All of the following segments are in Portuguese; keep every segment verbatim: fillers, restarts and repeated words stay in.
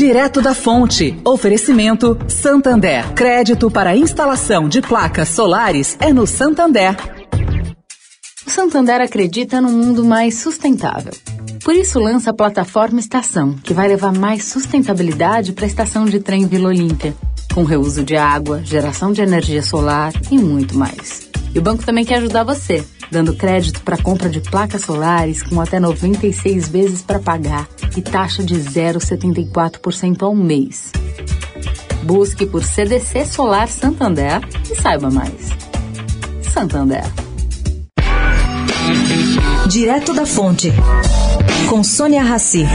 Direto da Fonte. Oferecimento Santander. Crédito para instalação de placas solares é no Santander. O Santander acredita num mundo mais sustentável. Por isso lança a plataforma Estação, que vai levar mais sustentabilidade para a estação de trem Vila Olímpia, com reuso de água, geração de energia solar e muito mais. E o banco também quer ajudar você, dando crédito para compra de placas solares com até noventa e seis vezes para pagar e taxa de zero vírgula setenta e quatro por cento ao mês. Busque por C D C Solar Santander e saiba mais. Santander. Direto da Fonte, com Sônia Rassi.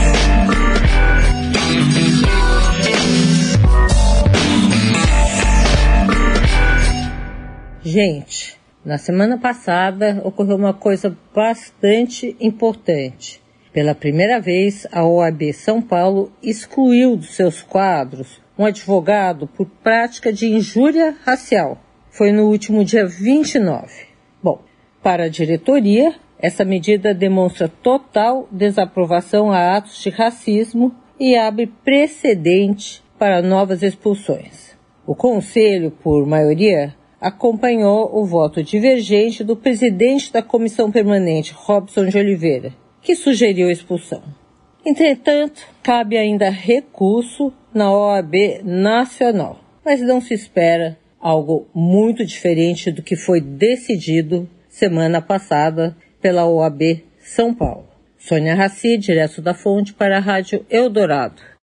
Gente, na semana passada ocorreu uma coisa bastante importante. Pela primeira vez, a O A B São Paulo excluiu dos seus quadros um advogado por prática de injúria racial. Foi no último dia vinte e nove. Bom, para a diretoria, essa medida demonstra total desaprovação a atos de racismo e abre precedente para novas expulsões. O Conselho, por maioria, acompanhou o voto divergente do presidente da Comissão Permanente, Robson de Oliveira, que sugeriu a expulsão. Entretanto, cabe ainda recurso na O A B Nacional, mas não se espera algo muito diferente do que foi decidido semana passada pela O A B São Paulo. Sônia Rassi, direto da Fonte, para a Rádio Eldorado.